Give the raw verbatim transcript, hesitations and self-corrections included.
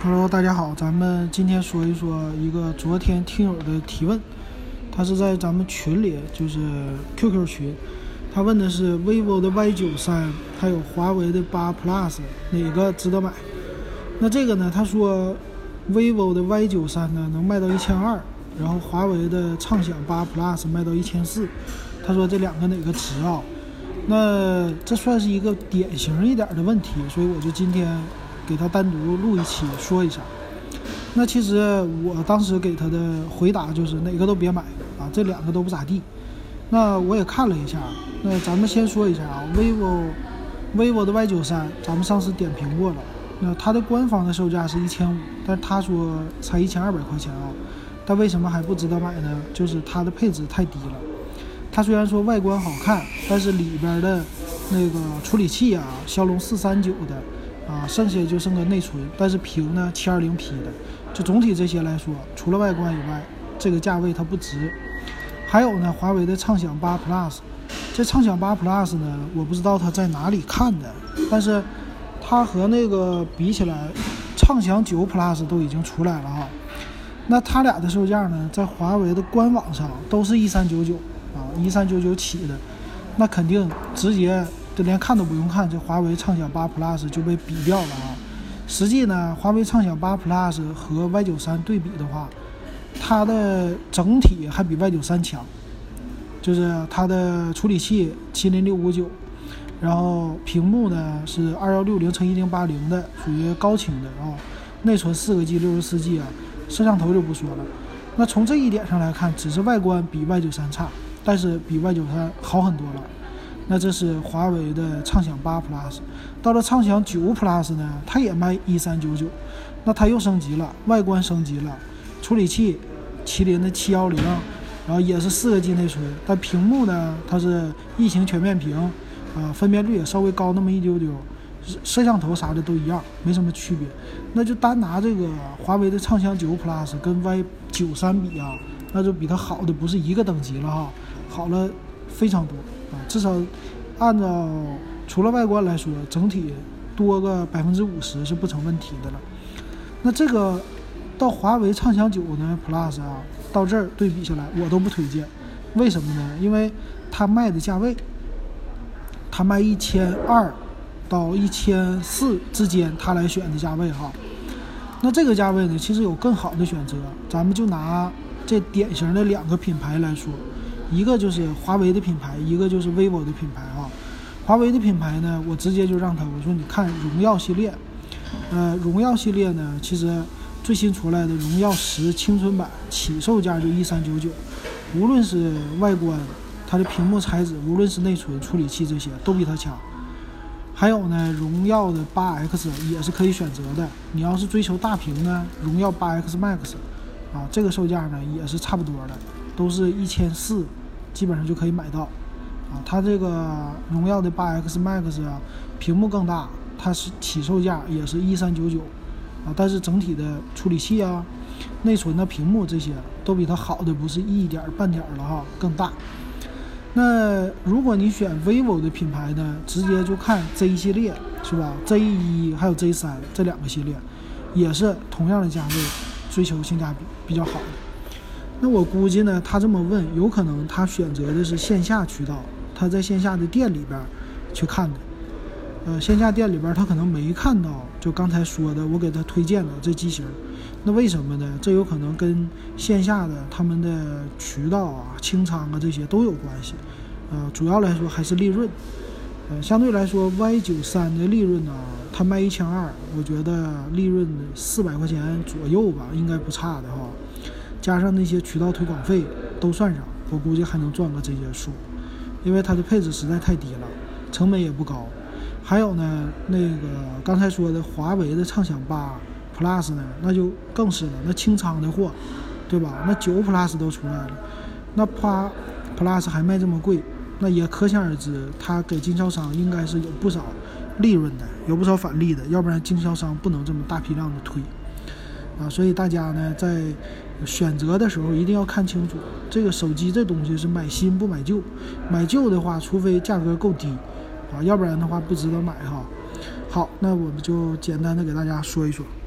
Hello，大家好，咱们今天说一说一个昨天听友的提问，他是在咱们群里，就是 Q Q 群，他问的是 vivo 的 Y 九十三 还有华为的八 Plus 哪个值得买。那这个呢，他说 vivo 的 Y 九十三 呢能卖到一千二，然后华为的畅享八 Plus 卖到一千四，他说这两个哪个值啊？那这算是一个典型一点的问题，所以我就今天给他单独录一期说一下。那其实我当时给他的回答就是哪个都别买啊，这两个都不咋地。那我也看了一下，那咱们先说一下啊 vivo vivo 的 Y 九十三 咱们上次点评过了，那它的官方的售价是一千五，但他说才一千二百块钱啊，但为什么还不值得买呢？就是它的配置太低了。它虽然说外观好看，但是里边的那个处理器啊，骁龙四三九的啊，剩下就剩个内存，但是屏呢 七二零 P 的，就总体这些来说，除了外观以外，这个价位它不值。还有呢，华为的畅享八 Plus， 这畅享八 Plus 呢，我不知道它在哪里看的，但是它和那个比起来，畅享九 Plus 都已经出来了哈。那它俩的售价呢，在华为的官网上都是一三九九啊，一三九九起的，那肯定直接就连看都不用看，这华为畅享八 Plus 就被比掉了啊。实际呢，华为畅享八 Plus 和 Y 九十三 对比的话，它的整体还比 Y 九十三 强，就是它的处理器七零六五九，然后屏幕呢是二一六零乘一零八零的，属于高清的啊，内存四个 G 六十四 G 啊，摄像头就不说了。那从这一点上来看，只是外观比 Y 九十三 差，但是比 Y 九十三 好很多了。那这是华为的畅享八 Plus， 到了畅享九 Plus 呢，它也卖一三九九，那它又升级了，外观升级了，处理器麒麟的七一零，然后也是四个 G 内存，但屏幕呢，它是异形全面屏，啊、呃，分辨率也稍微高那么一丢丢，摄像头啥的都一样，没什么区别。那就单拿这个华为的畅享九 Plus 跟 Y 九十三 比啊，那就比它好的不是一个等级了哈，好了非常多啊，至少按照除了外观来说，整体多个百分之五十是不成问题的了。那这个到华为畅享九呢 Plus 啊，到这儿对比下来，我都不推荐。为什么呢？因为它卖的价位，它卖一千二到一千四之间，它来选的价位哈。那这个价位呢，其实有更好的选择。咱们就拿这典型的两个品牌来说，一个就是华为的品牌，一个就是 vivo 的品牌啊。华为的品牌呢，我直接就让他我说你看荣耀系列，呃，荣耀系列呢，其实最新出来的荣耀十青春版起售价就一三九九，无论是外观，它的屏幕材质，无论是内存、处理器这些都比它强。还有呢，荣耀的 八 X 也是可以选择的。你要是追求大屏呢，荣耀 八 X Max 啊，这个售价呢也是差不多的，都是一千四，基本上就可以买到。啊，它这个荣耀的 八 X Max 啊，屏幕更大，它是起售价也是一三九九啊，但是整体的处理器啊、内存的屏幕这些都比它好的不是一点半点了哈，更大。那如果你选 vivo 的品牌呢，直接就看 Z 系列是吧 ？Z 一还有 Z 三这两个系列，也是同样的价位，追求性价比比较好的。那我估计呢，他这么问，有可能他选择的是线下渠道，他在线下的店里边去看的。呃，线下店里边他可能没看到，就刚才说的我给他推荐的这机型。那为什么呢？这有可能跟线下的他们的渠道啊、清仓啊这些都有关系。呃，主要来说还是利润。呃，相对来说 Y 九十三 的利润呢，它卖一千二，我觉得利润四百块钱左右吧，应该不差的哈。加上那些渠道推广费都算上，我估计还能赚个这些数，因为它的配置实在太低了，成本也不高。还有呢，那个刚才说的华为的畅享八 Plus 呢，那就更是了，那清仓的货，对吧？那九 Plus 都出来了，那八 Plus 还卖这么贵，那也可想而知，它给经销商应该是有不少利润的，有不少返利的，要不然经销商不能这么大批量的推啊。所以大家呢，在选择的时候一定要看清楚，这个手机这东西是买新不买旧，买旧的话，除非价格够低啊，要不然的话不值得买哈。好，那我们就简单的给大家说一说。